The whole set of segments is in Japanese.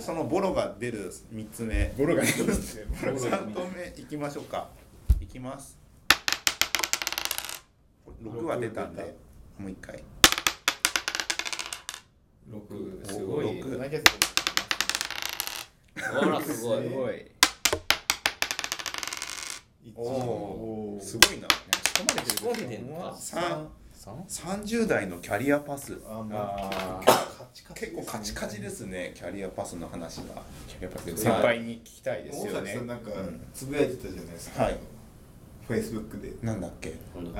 そのボロが出る3つ目、 ボロが出る 3投目いきましょうか。いきます。6は出たんでもう一回。 6すごい。 6 あらすごい。 おお、すごいな。 仕込んでんのか。 30代のキャリアパス。結構カチカチですね、キャリアパスの話が。 先輩に聞きたいですよね。 なんかつぶやいてたじゃないですか。はい。Facebook でなんだっけ、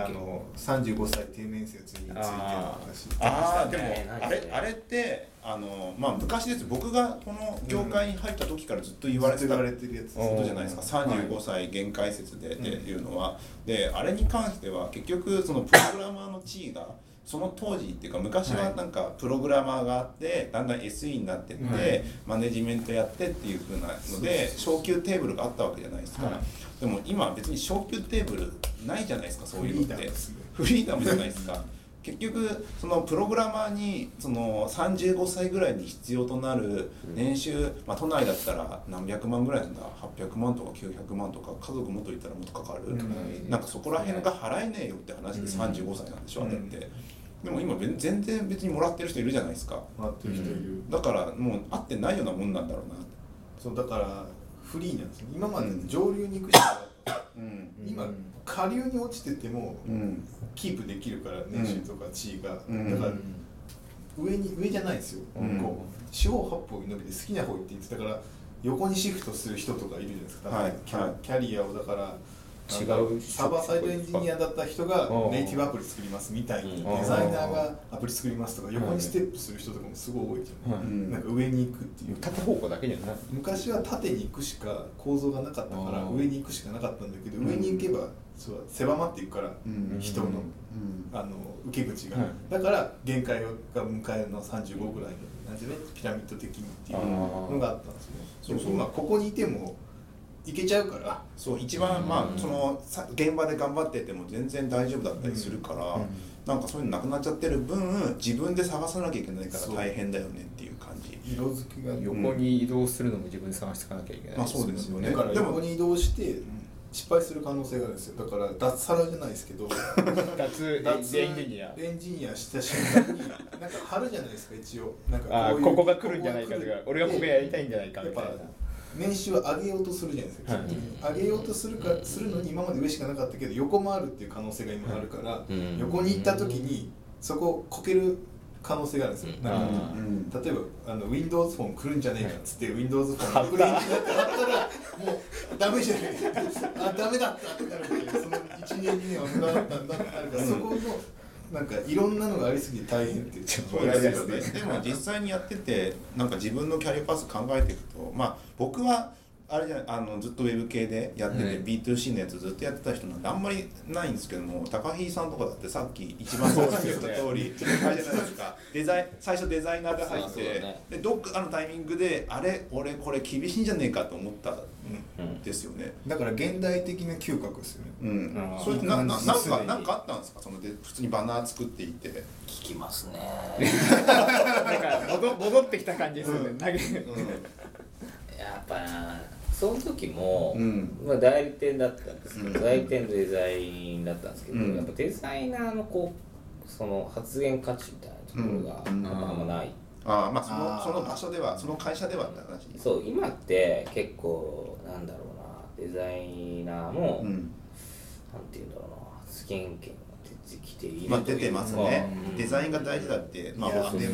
35歳定年説についての話。 でもあれってまあ昔です。僕がこの業界に入った時からずっと言われてたことじゃないですか。35歳限界説でっていうのは。であれに関しては結局そのプログラマーの地位がその当時っていうか、昔はなんかプログラマーがあってだんだん SE になってってマネジメントやってっていう風なので昇級テーブルがあったわけじゃないですか。でも今別に昇級テーブルないじゃないですか。そういうのってフリーダムじゃないですか。結局そのプログラマーにその35歳ぐらいに必要となる年収、都内だったら何百万ぐらいなんだ、800万とか900万とか、家族もっといったらもっとかかる、なんかそこら辺が払えねえよって話で35歳なんでしょ、あれって。でも今全然別にもらってる人いるじゃないですか。 もらってる人いる。 だからもう合ってないようなもんなんだろうな。 そうだからフリーなんですね。今まで上流に行くしかなかった。今下流に落ちててもキープできるから、年収とか地位が。だから上じゃないですよ。こう四方八方に伸びて好きな方行って言ってたから、横にシフトする人とかいるじゃないですか。キャリアをだから違うサーバーサイドエンジニアだった人がネイティブアプリ作りますみたいに、デザイナーがアプリ作りますとか、横にステップする人とかもすごい多いじゃん。なんか上に行くっていう、 縦方向だけじゃない。 昔は縦に行くしか構造がなかったから上に行くしかなかったんだけど、上に行けば狭まっていくから、人の受け口が、だから限界が迎えるのは35ぐらいのなんでね、ピラミッド的にっていうのがあったんですよね。今ここにいてもいけちゃうから、 そう一番その現場で頑張ってても全然大丈夫だったりするから、なんかそういうのなくなっちゃってる分自分で探さなきゃいけないから大変だよねっていう感じ。 色付きが横に移動するのも自分で探していかなきゃいけない。 そうですよね。 だから横に移動して失敗する可能性があるんですよ。だから脱サラじゃないですけどエンジニアした瞬間になんか貼るじゃないですか。一応なんかここが来るんじゃないかとか、俺がここやりたいんじゃないかみたいな。 年収を上げようとするじゃないですか。上げようとするのに今まで上しかなかったけど、横もあるっていう可能性が今あるから、横に行った時にそこをこける可能性があるんですよ。例えばWindows フォン来るんじゃねえかっつって Windows フォンアプリになって貼ったらもうダメじゃないですか。ダメだったってなるんで、その1年2年は無駄だったんだってなるから、そこのなんかいろんなのがありすぎて大変ってそうですね。でも実際にやっててなんか自分のキャリアパス考えていくと、僕はあれじゃずっとウェブ系でやってて、B2C のやつずっとやってた人なんてあんまりないんですけども、高木さんとかだってさっき一番最初に言った通りあれじゃないですか。最初デザイナーで入って、でどっかのタイミングで俺これ厳しいんじゃねえかと思ったんですよね。 だから現代的な嗅覚ですよね。 それってなんかあったんですか。そので普通にバナー作っていて聞きますね。 なんか戻ってきた感じですよね。 やっぱその時も、代理店だったんですけど、代理店のデザインだったんですけど、やっぱデザイナーのその発言価値みたいなところがあんまない。 その場所ではその会社ではって話。 そう今って結構なんだろうな、デザイナーも、なんていうんだろうな、発言権が出てきている出てますね。デザインが大事だって。でも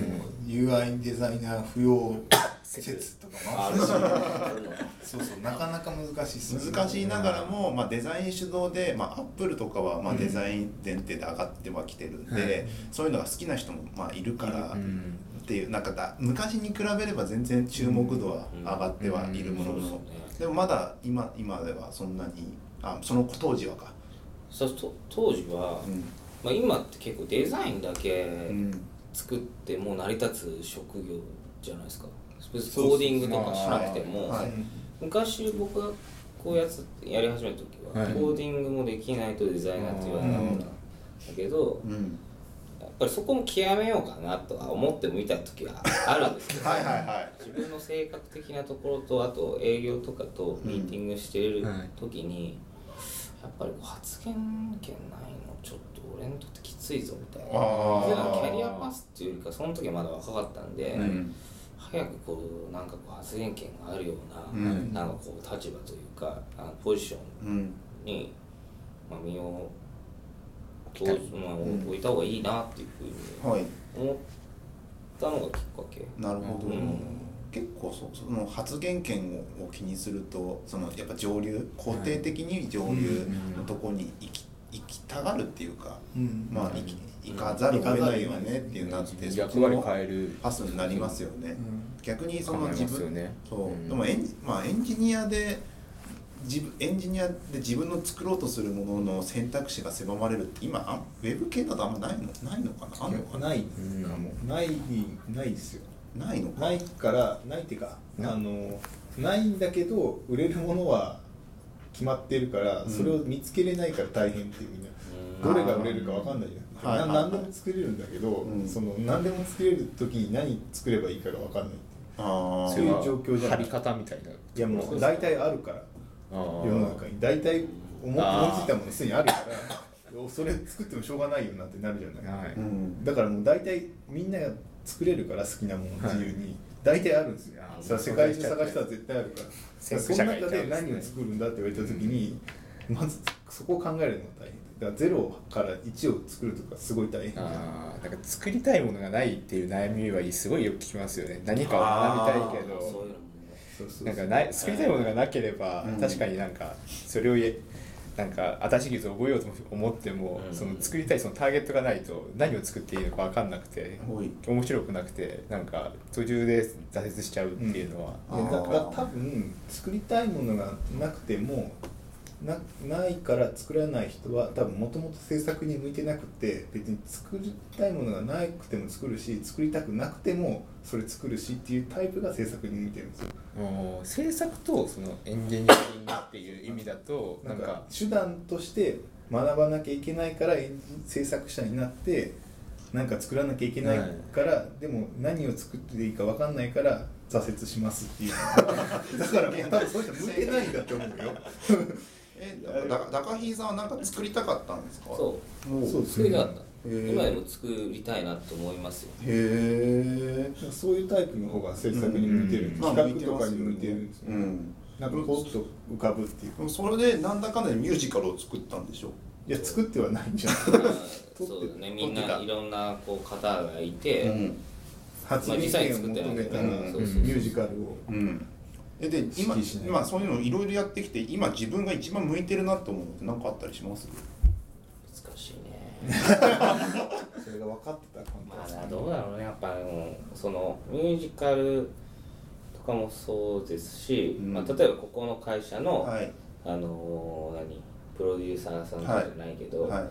UI デザイナー不要説とかもあるし、そうなかなか難しいです。 難しいながらも、デザイン主導で、アップルとかはデザイン前提で上がってはきてるんで、そういうのが好きな人もいるから、っていうなんか昔に比べれば全然注目度は上がってはいるものの、でもまだ今ではそんなにその当時はか。 当時は、今って結構デザインだけ作ってもう成り立つ職業じゃないですか。コーディングとかしなくても、昔僕がこうやり始めた時は、コーディングもできないとデザイナーって言われなかったんだけど、 ぱりそこも極めようかなとは思ってもみた時はあるんですけどはいはいはい。 自分の性格的なところとあと営業とかとミーティングしている時に、やっぱり発言権ないのちょっと俺にとってきついぞみたいな。キャリアパスっていうよりかその時はまだ若かったんで、早くこうなんかこう発言権があるような、なんかこう立場というかポジションに、身を置いた方がいいなっていうふうに思ったのがきっかけ。 なるほど。結構その発言権を気にするとやっぱ上流肯定的に上流のとこに行きたがるっていうか、行かざるを得ないよねっていうなって役割変えるパスになりますよね。逆に自分でもエンジニアで自分の作ろうとするものの選択肢が狭まれるって今ウェブ系だとあんまないのかな。あるのかな。 ないですよ。 ないのか。 ないからないっていうかないんだけど売れるものは決まってるから、それを見つけれないから大変っていうみんな。どれが売れるか分かんないじゃん。何でも作れるんだけど、何でも作れる時に何作ればいいかが分かんないっていう。そういう状況じゃない。 貼り方みたいな。 いやもう大体あるから。世の中に大体思いついたものすでにあるからそれ作ってもしょうがないよなんてなるじゃない、だからもう大体みんなが作れるから好きなもの自由に大体あるんですよ。世界中探したら絶対あるから、その中で何を作るんだって言われた時にまずそこを考えるのが大変だから0から1を作るとかすごい大変じゃん。 なんか作りたいものがないっていう悩みはすごいよく聞きますよね。何かを学びたいけどなんか作りたいものがなければ、確かになんかそれをなんか新しい技術を覚えようと思っても、その作りたいそのターゲットがないと何を作っていいのか分かんなくて、面白くなくてなんか途中で挫折しちゃうっていうのは、 だから多分作りたいものがなくてもないから作らない人は多分もともと制作に向いてなくて、別に作りたいものがなくても作るし作りたくなくてもそれ作るしっていうタイプが制作に向いてるんですよ。 制作とそのエンジニアリングっていう意味だとなんか手段として学ばなきゃいけないから制作者になってなんか作らなきゃいけないから、でも何を作っていいか分かんないから挫折しますっていうだからもう多分そういう人向いてないんだと思うよ高飛さんは何か作りたかったんですか。 そう作りたかった。今でも作りたいなと思いますよ。 そういうタイプの方が制作に向いてる、企画とかに向いてるんですよ、なんかポッと浮かぶっていう。 それでなんだかんだでミュージカルを作ったんでしょ。 いや作ってはないんじゃないそうだね、みんないろんなこう方がいて、 発言権を求めたミュージカルを、 で今そういうのいろいろやってきて今自分が一番向いてるなと思うのって何かあったりします？ 難しいねそれが分かってた感じ。 どうだろうね、やっぱそのミュージカルとかもそうですし、例えばここの会社の、プロデューサーさんじゃないけど、そうだね、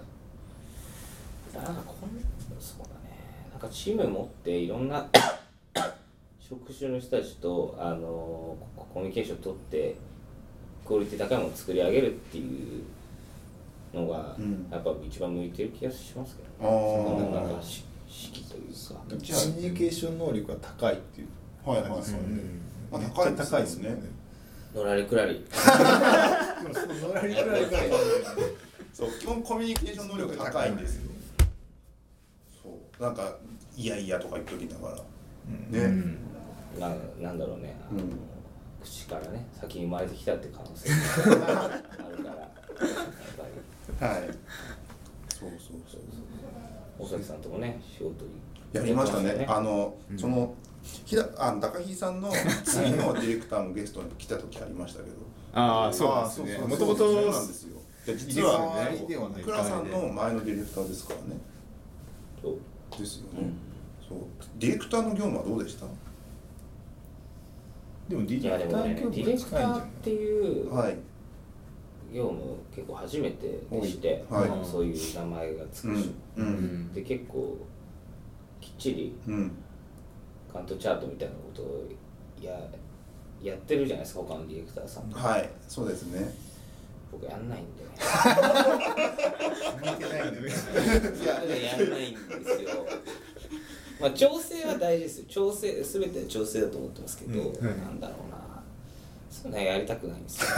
なんかチーム持っていろんな職種の人たちとコミュニケーションを取ってクオリティ高いものを作り上げるっていうのが、やっぱ一番向いてる気がしますけどね。なんか式というかコミュニケーション能力が高いっていう感じですよね。高いですね。 のらりくらりのらりくらりからそう基本コミュニケーション能力が高いんですよ。そうなんかいやいやとか言っときながらなんだろうね、口からね先に生まれてきたって可能性があるからやっぱりそう大崎さんともね仕事やりましたね。その高木さんの次のディレクターのゲストに来た時ありましたけどそうですね。もともとそうなんですよ。実は倉さんの前のディレクターですからね。そうですよね。そうディレクターの業務はどうでした？ でもディレクター業務ディレクターっていう業務結構初めてでして、そういう名前がつくし、で結構きっちりカントチャートみたいなことをやってるじゃないですか、他のディレクターさんも。 そうですね。 僕やんないんでね向いてないんだよねやんないんですよ。まあ調整は大事ですよ。調整全て調整だと思ってますけど、なんだろうな、そんなやりたくないんですよ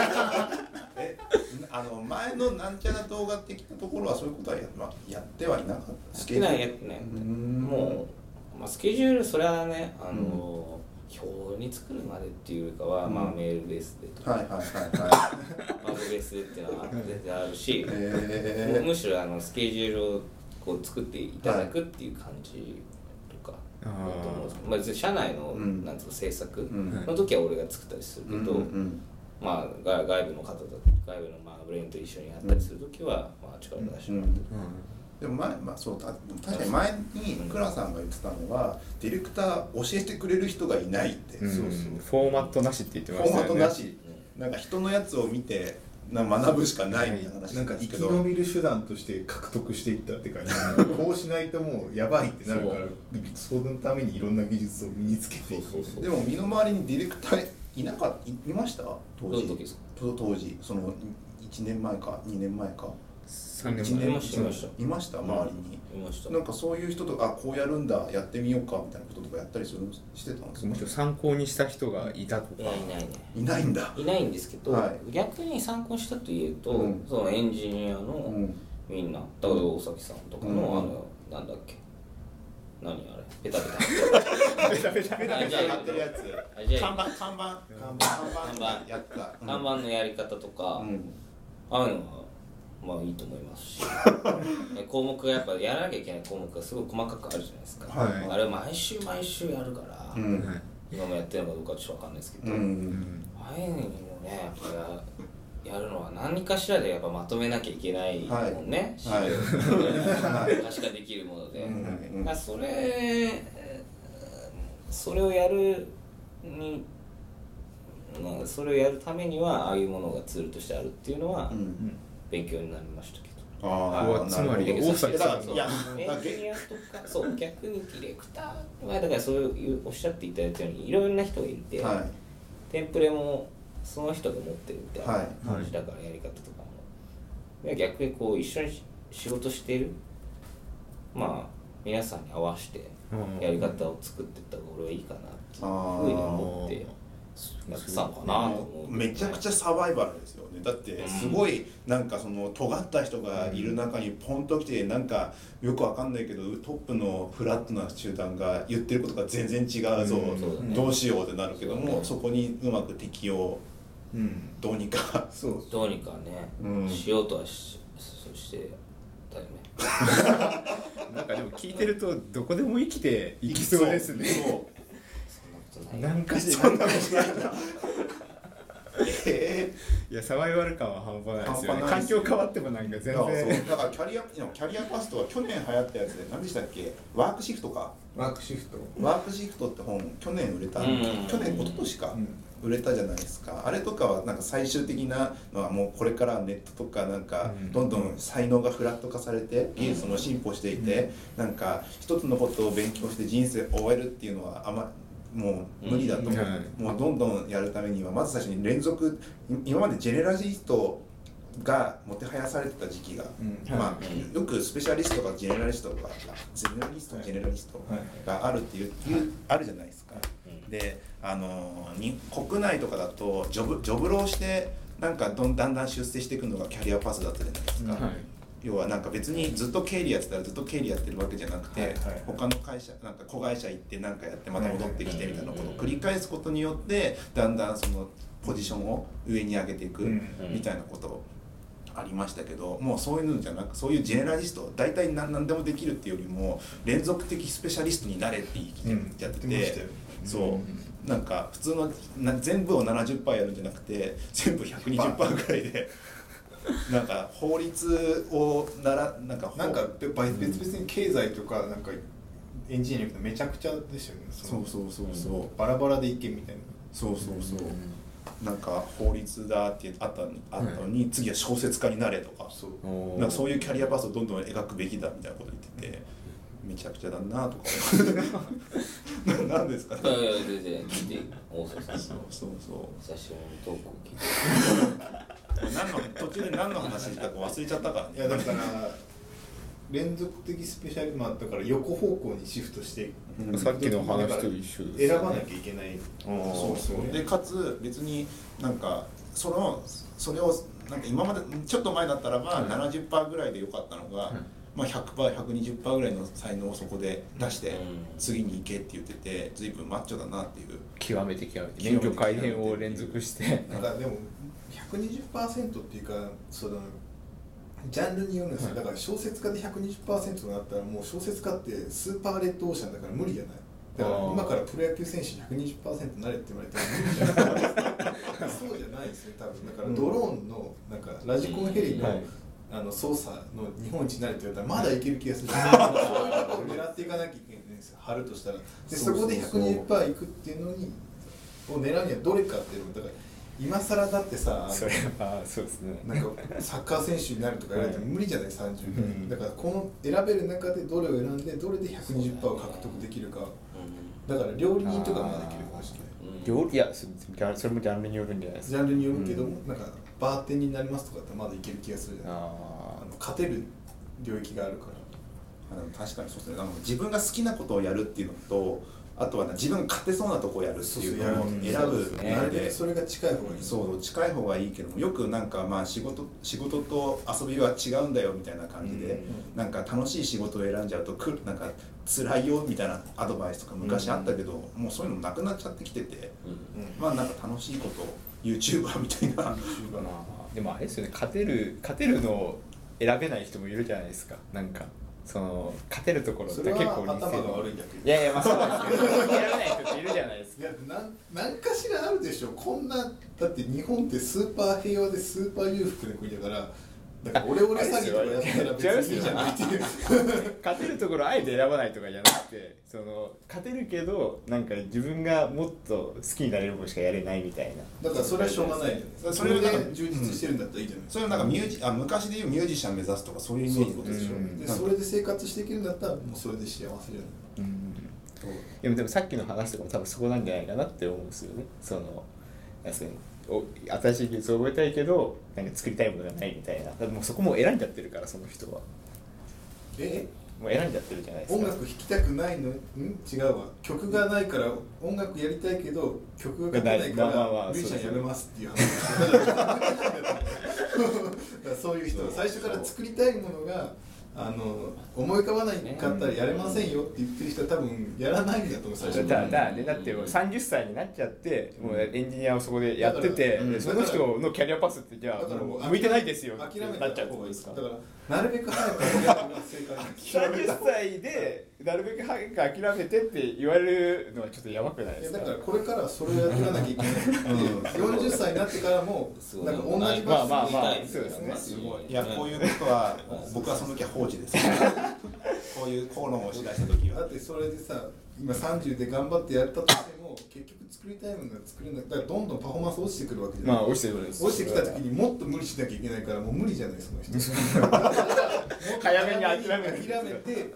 前のなんちゃら動画的なところはそういうことはやってはいなかった。 やってないもう、まあ、スケジュールそれはね表に作るまでっていうかは、まあメールベースでとか、 はいはいはいはいマブベースでっていうのは全然あるし、むしろスケジュールをこう作っていただくっていう感じとかだと思うんですけど、まあ、別に社内の、なんつうか制作の時は俺が作ったりするけど、まあ外部の方と外部のまあブレインと一緒にやったりする時は、まあ力を出してもらってる。 でもそう確かに前に倉さんが言ってたのは、ディレクター教えてくれる人がいないって、 フォーマットなしって言ってましたよね。 フォーマットなし、なんか人のやつを見て学ぶしかないみたいな話なんか生き延びる手段として獲得していったって感じこうしないともうやばいってなるからそのためにいろんな技術を身につけていく。 でも身の回りにディレクターいました当時。当時その1年前か2年前か 3年前いました周りに。なんかそういう人とこうやるんだやってみようかみたいなこととかやったりしてたんですか。 むしろ参考にした人がいたとか。 いないんだ。 いないんですけど、逆に参考にしたというと、そのエンジニアのみんな、だから大崎さんとかのなんだっけ、何あれペタペタペタペタ貼ってるやつ、看板やった、 看板のやり方とか、ああいうのはまあいいと思いますし項目がやっぱやらなきゃいけない項目がすごい細かくあるじゃないですか、あれ毎週やるから、今もやってるのかどうかちょっと分かんないですけど、ああいうのもねやっぱやるのは何かしらでやっぱまとめなきゃいけないもんね、資料確かできるもので、それをやるに、まあ、それをやるためにはああいうものがツールとしてあるっていうのは勉強になりましたけど、 つまり大崎さんのエンジニアとかそう逆にディレクターはだからそういうおっしゃっていただいたようにいろんな人がいて、テンプレもその人が持ってるみたいな感じだから、やり方とかも逆にこう一緒に仕事しているまあ皆さんに合わせてやり方を作っていった方が俺はいいかなっていうふうに思ってやってたのかなと思う。 めちゃくちゃサバイバルですよね。だってすごいなんかその尖った人がいる中にポンと来て、なんかよくわかんないけどトップのフラットな集団が言ってることが全然違うぞ、どうしようってなるけども、そこにうまく適応どうにかどうにかね、しようとはしてたよねなんかでも聞いてるとどこでも生きていきそうですね。なんかしらいやサバイバル感は半端ないですよね。環境変わってもなんか全然だからキャリアパスとは去年流行ったやつで何でしたっけ、ワークシフトって本去年売れた、去年一昨年か、売れたじゃないですか。あれとかはなんか最終的なのはもうこれからネットとかなんかどんどん才能がフラット化されて技術も進歩していて、なんか一つのことを勉強して人生を終えるっていうのはもう無理だと思う、もうどんどんやるためにはまず最初に連続、今までジェネラリストがもてはやされてた時期が、まあよくスペシャリストとかジェネラリストがあるっていうあるじゃないですか。で国内とかだとジョブローしてなんかだんだん出世していくのがキャリアパスだったじゃないですか。要はなんか別にずっと経理やってたらずっと経理やってるわけじゃなくて、他の会社なんか子会社行ってなんかやってまた戻ってきてみたいなことを繰り返すことによってだんだんそのポジションを上に上げていくみたいなことありましたけど、もうそういうのじゃなく、そういうジェネラリスト大体何でもできるっていうよりも連続的スペシャリストになれって言っちゃってて、そうなんか普通の全部を 70% やるんじゃなくて全部 120% ぐらいでなんか法律をなんか別々に経済とかなんかエンジニアリングめちゃくちゃですよね。 そうバラバラでいけみたいな。 なんか法律だってあったのに、次は小説家になれとか、なんかそういうキャリアパスをどんどん描くべきだみたいなこと言ってて、めちゃくちゃだなとか何ですか。 いやいや全然聞いて大沢さん。 そう久しぶりにトークを聞いて。 途中で何の話したか忘れちゃったからね。 いやだから連続的スペシャルだから横方向にシフトして、 さっきの話と一緒です、選ばなきゃいけない。 そうでかつ別になんかそれをなんか今までちょっと前だったらば 70% ぐらいでよかったのが、まあ 100%、120% ぐらいの才能をそこで出して次に行けって言ってて、随分マッチョだなっていう。 極めて免許改変を連続してなんかでも 120% っていうかそのジャンルによるんですよ。だから小説家で 120% になったらもう小説家ってスーパーレッドオーシャンだから無理じゃない。だから今からプロ野球選手 120% なれって言われたら無理じゃないそうじゃないですね多分。だからドローンのなんかラジコンヘリの、操作の日本一になれって言われたらまだいける気がする。そういうのを狙っていかなきゃいけないんですよ、張るとしたら。でそこで 120% いくっていうのにを狙うにはどれかっていうのだから今更だってさ、 それはそうですね、 なんかサッカー選手になるとか言われても無理じゃない30代、だからこの選べる中でどれを選んでどれで 120% を獲得できるか、だから料理人とかもできるかもしれない。 いやそれもジャンルによるんじゃないですか。 ジャンルによるけども、なんかバーテンになりますとかってまだいける気がするじゃない。勝てる領域があるから。 確かにそうですね。自分が好きなことをやるっていうのと、あとは自分が勝てそうなとこをやるっていうのを選ぶので、それが近い方がいい。 そう近い方がいいけども、よくなんかまあ仕事と遊びは違うんだよみたいな感じで、なんか楽しい仕事を選んじゃうとなんか辛いよみたいなアドバイスとか昔あったけど、もうそういうのなくなっちゃってきてて、まあなんか楽しいこと YouTuber みたいな。 でもあれですよね、勝てるのを選べない人もいるじゃないですか。なんかその勝てるところって結構頭が悪いんだけど。 いやまあそうですけど選べない人っているじゃないですか。 いやなんかしらあるでしょ。こんなだって日本ってスーパー平和でスーパー裕福な国だから。だからオレオレ詐欺とかやったら別にいいじゃないっていう。 勝てるところあえて選ばないとかじゃなくて、その勝てるけどなんか自分がもっと好きになれることしかやれないみたいな。 だからそれはしょうがない。それで充実してるんだったらいいじゃない。 それはなんか昔でいうミュージシャン目指すとかそういうイメージことでしょ。 でそれで生活していけるんだったらもうそれで幸せじゃない。 でもさっきの話とかも多分そこなんじゃないかなって思うんですよね。その新しい技術を覚えたいけどなんか作りたいものがないみたいな。もうそこも選んじゃってるからその人は。もう選んじゃってるじゃないですか。 音楽弾きたくないの？違うわ。曲がないから音楽やりたいけど曲が書けないからミュージシャンやめますっていう話。だからそういう人は最初から作りたいものが思い浮かばないかったらやれませんよって言ってる人は多分やらないんだと思う。最初だって30歳になっちゃってもうエンジニアをそこでやってて、その人のキャリアパスってじゃあもう向いてないですよってなっちゃう方がいいですか。 だからなるべく早くやるのが正解。 30歳でなるべく早く諦めてって言われるのはちょっとやばくないですか。 だからこれからそれをやらなきゃいけない。40歳になってからもなんか同じ場所にそうですね。すごい。 いやこういうことは僕はその時は放置です。こういう口論をしだした時は。 だってそれでさ今30で頑張ってやったとしても結局作りたいものが作れない。だからどんどんパフォーマンス落ちてくるわけじゃない。 落ちてきた時にもっと無理しなきゃいけないからもう無理じゃないその人。 早めに諦めて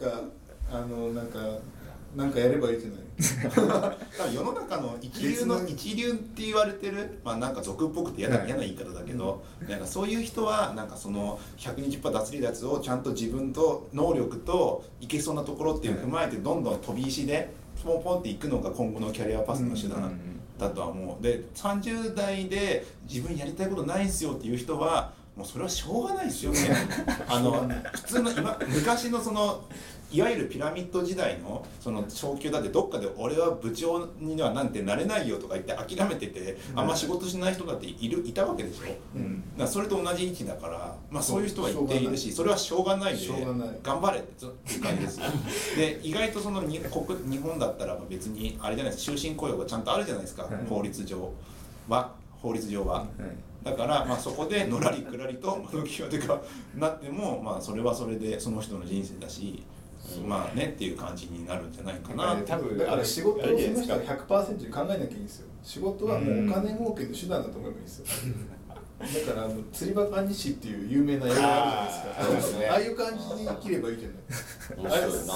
なんかやればいいじゃない。 世の中の一流って言われてる、まあなんか俗っぽくて嫌な言い方だけど、なんかそういう人はなんかその 120% 脱離脱をちゃんと自分と能力といけそうなところっていうのを踏まえてどんどん飛び石でポンポンっていくのが今後のキャリアパスの手段だとは思う。で30代で自分やりたいことないんすよっていう人はもうそれはしょうがないですよね。普通の昔のそのいわゆるピラミッド時代のその昇給だってどっかで俺は部長にはなんてなれないよとか言って諦めててあんま仕事しない人だっていたわけでしょ。だからそれと同じ位置だから、まあそういう人は一定いるし、それはしょうがないで頑張れっていう感じですよ。で意外とその日本だったら別にあれじゃないですか、終身雇用がちゃんとあるじゃないですか、法律上は。だからまあそこでのらりくらりと窓際とかなってもまあそれはそれでその人の人生だし。まあねっていう感じになるんじゃないかな。 多分だから仕事をその人は 100% に考えなきゃいいんですよ。仕事はもうお金儲けの手段だと思えばいいんですよ。 だから釣りバカ西っていう有名な映画があるじゃないですか。ああいう感じに生きればいいじゃない。面白いな。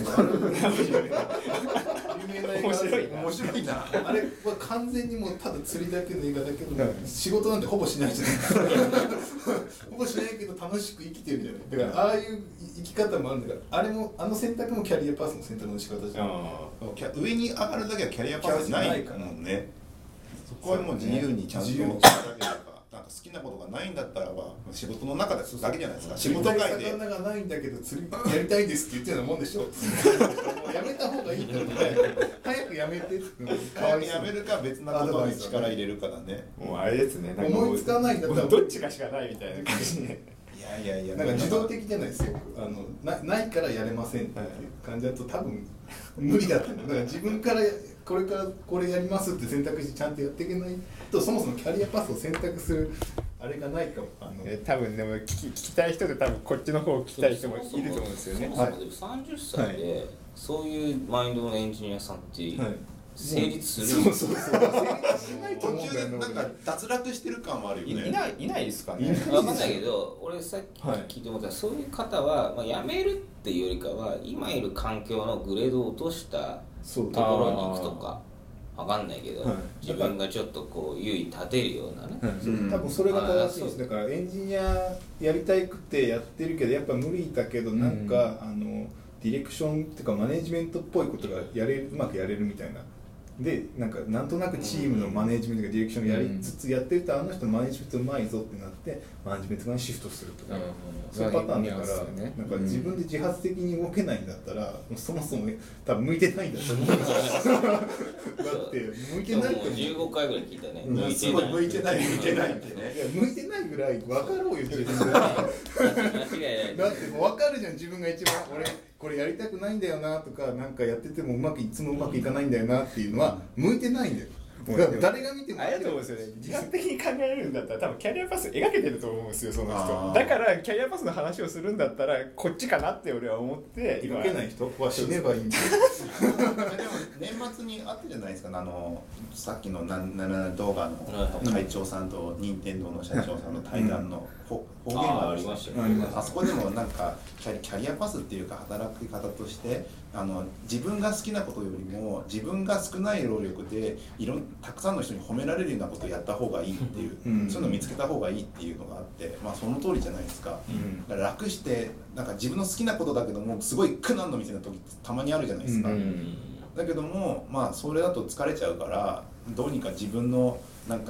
有名な映画。面白いな。あれは完全にもうただ釣りだけの映画だけど、仕事なんてほぼしないじゃないですか。ほぼしないけど楽しく生きてるじゃない。だからああいう生き方もあるんだから、あれもあの選択もキャリアパスの選択の仕方じゃん。 上に上がるだけはキャリアパスないからね。そこはもう自由にちゃんとしてあげれば、なんか好きなことがないんだったらば仕事の中でだけじゃないですか。仕事外で魚がないんだけど釣りやりたいんですって言ってるようなもんでしょ。もうやめた方がいいんだよね。早くやめて。 早くやめるか別なことに力入れるかだね。 もうあれですね。 思いつかないんだったらどっちかしかないみたいな感じで。 いやなんか自動的じゃないですよ。ないからやれませんっていう感じだと多分無理だと思う。だから自分からこれからこれやりますって選択してちゃんとやっていけないと、そもそもキャリアパスを選択するあれがないかも。 多分でも聞きたい人で多分こっちの方を聞きたい人もいると思うんですよね。 そもそも30歳でそういうマインドのエンジニアさんって成立する。 そう成立しないと思うん途だよね。 中でなんか脱落してる感もあるよね。 いないですかね。 分かんないけど、俺さっき聞いて思ったら、そういう方は、辞めるっていうよりかは今いる環境のグレードを落としたところに行くとか分かんないけど、自分がちょっとこう優位立てるようなね、 多分それが正しいです。だからエンジニアやりたいくてやってるけどやっぱ無理だけど、なんかディレクションっていうかマネジメントっぽいことがうまくやれるみたいな。でなんとなくチームのマネジメントがディレクションやりつつやってると、あの人マネジメントうまいぞってなってマネジメント側にシフトするとか、そういうパターンだから、なんか自分で自発的に動けないんだったら、そもそも多分向いてないんだと思う。だって向いてないって 15回ぐらい聞いたね。 向いてないってね。 向いてないぐらい分かろうよ自分で。だってもう分かるじゃん、自分が一番俺これやりたくないんだよなとか、なんかやっててもいつもうまくいかないんだよなっていうのは向いてないんだよ。誰が見てもあれだと思うんですよね。自発的に考えれるんだったら多分キャリアパス描けてると思うんですよ、その人。だからキャリアパスの話をするんだったらこっちかなって俺は思って。 描けない人は死ねばいいんだよ。 でも年末にあったじゃないですか、さっきの7動画の会長さんと任天堂の社長さんの対談の方言がありましたね。あそこでもなんかキャリアパスっていうか働き方として自分が好きなことよりも自分が少ない労力でたくさんの人に褒められるようなことをやった方がいいっていう、そういうのを見つけた方がいいっていうのがあって、その通りじゃないですか。だから楽してなんか自分の好きなことだけどもすごい苦難の店の時ってたまにあるじゃないですか。だけどもそれだと疲れちゃうから、どうにか自分の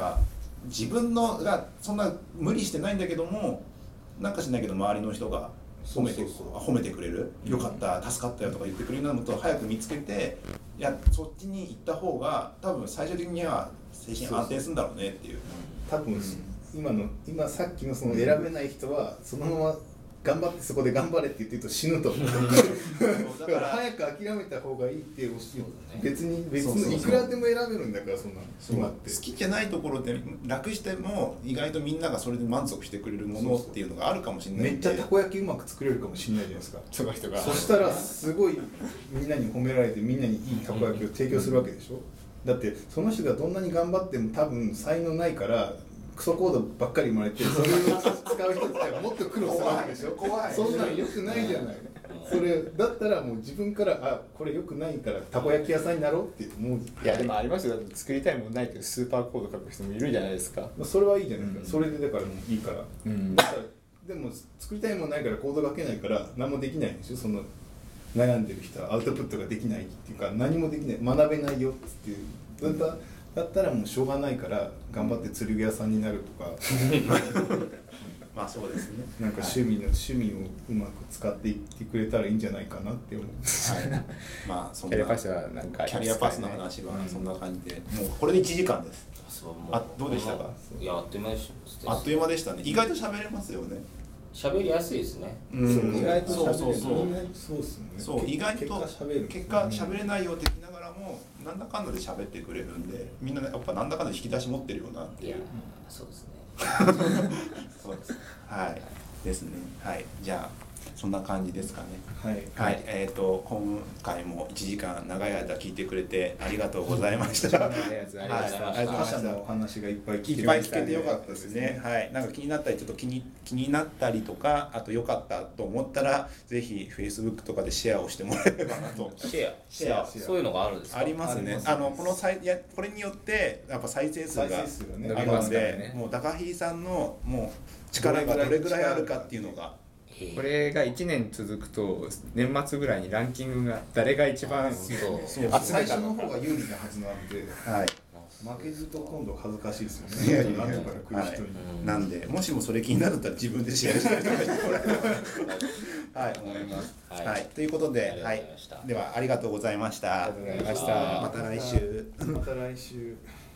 がそんな無理してないんだけども、なんかしないけど周りの人が褒めてくれる、よかった助かったよとか言ってくれるようなことを早く見つけて、そっちに行った方が多分最終的には精神安定するんだろうねっていう。 多分今さっきのその選べない人はそのまま頑張ってそこで頑張れって言ってると死ぬと思う。だから早く諦めた方がいいって別にいくらでも選べるんだから、そんな今って好きじゃないところで楽しても意外とみんながそれで満足してくれるものっていうのがあるかもしれない。 めっちゃたこ焼きうまく作れるかもしれないじゃないですか。 その人が。 そしたらすごいみんなに褒められてみんなにいいたこ焼きを提供するわけでしょ。だってその人がどんなに頑張っても多分才能ないからクソコードばっかりもらえて、それを使う人ってもっと苦労するわけでしょ。そんなの良くないじゃない。それだったらもう自分からこれ良くないからたこ焼き屋さんになろうって思う。 いやでもありますよ。だって作りたいもんないけどスーパーコード書く人もいるじゃないですか。 それはいいじゃないですか。それでだからもういいから。だからでも作りたいもんないからコード書けないから何もできないんでしょ。その悩んでる人はアウトプットができないっていうか、何もできない、学べないよっていう。だったらもうしょうがないから頑張って釣り具屋さんになるとかそうですね。 なんか趣味をうまく使っていってくれたらいいんじゃないかなって思う。 そんなキャリアパスはなんかキャリアパスの話はそんな感じで、もうこれで1時間です。どうでしたか？ いや、あっという間でした。 あっという間でしたね。意外と喋れますよね。 喋りやすいですね。 意外とそう意外と結果喋れないよって言いながらもなんだかんだで喋ってくれるんで、みんなやっぱなんだかんだ引き出し持ってるよなっていう。 そうですね。 そうです。はい。ですね。はい。じゃあそんな感じですかね。 はい、 今回も1時間長い間聞いてくれてありがとうございました。 ありがとうございました。 他社のお話がいっぱい聞けてよかったですね。はい、なんか気になったりちょっと気になったりとか、あと良かったと思ったらぜひ Facebook とかでシェアをしてもらえればなと。 シェアそういうのがあるんですか？ ありますね。これによってやっぱ再生数があるので、もう高飛さんのもう力がどれぐらいあるかっていうのが。 これが1年続くと年末ぐらいにランキングが誰が一番集めた最初の方が有利なはずなんで、 はい、 負けずと今度恥ずかしいですよね。後から来る人に、 なんでもしもそれ気になるんだったら自分でシェアしたりとかしてもらえればはい思います。はい、ということで、はい、ではありがとうございました。 ありがとうございました。 また来週。 また来週。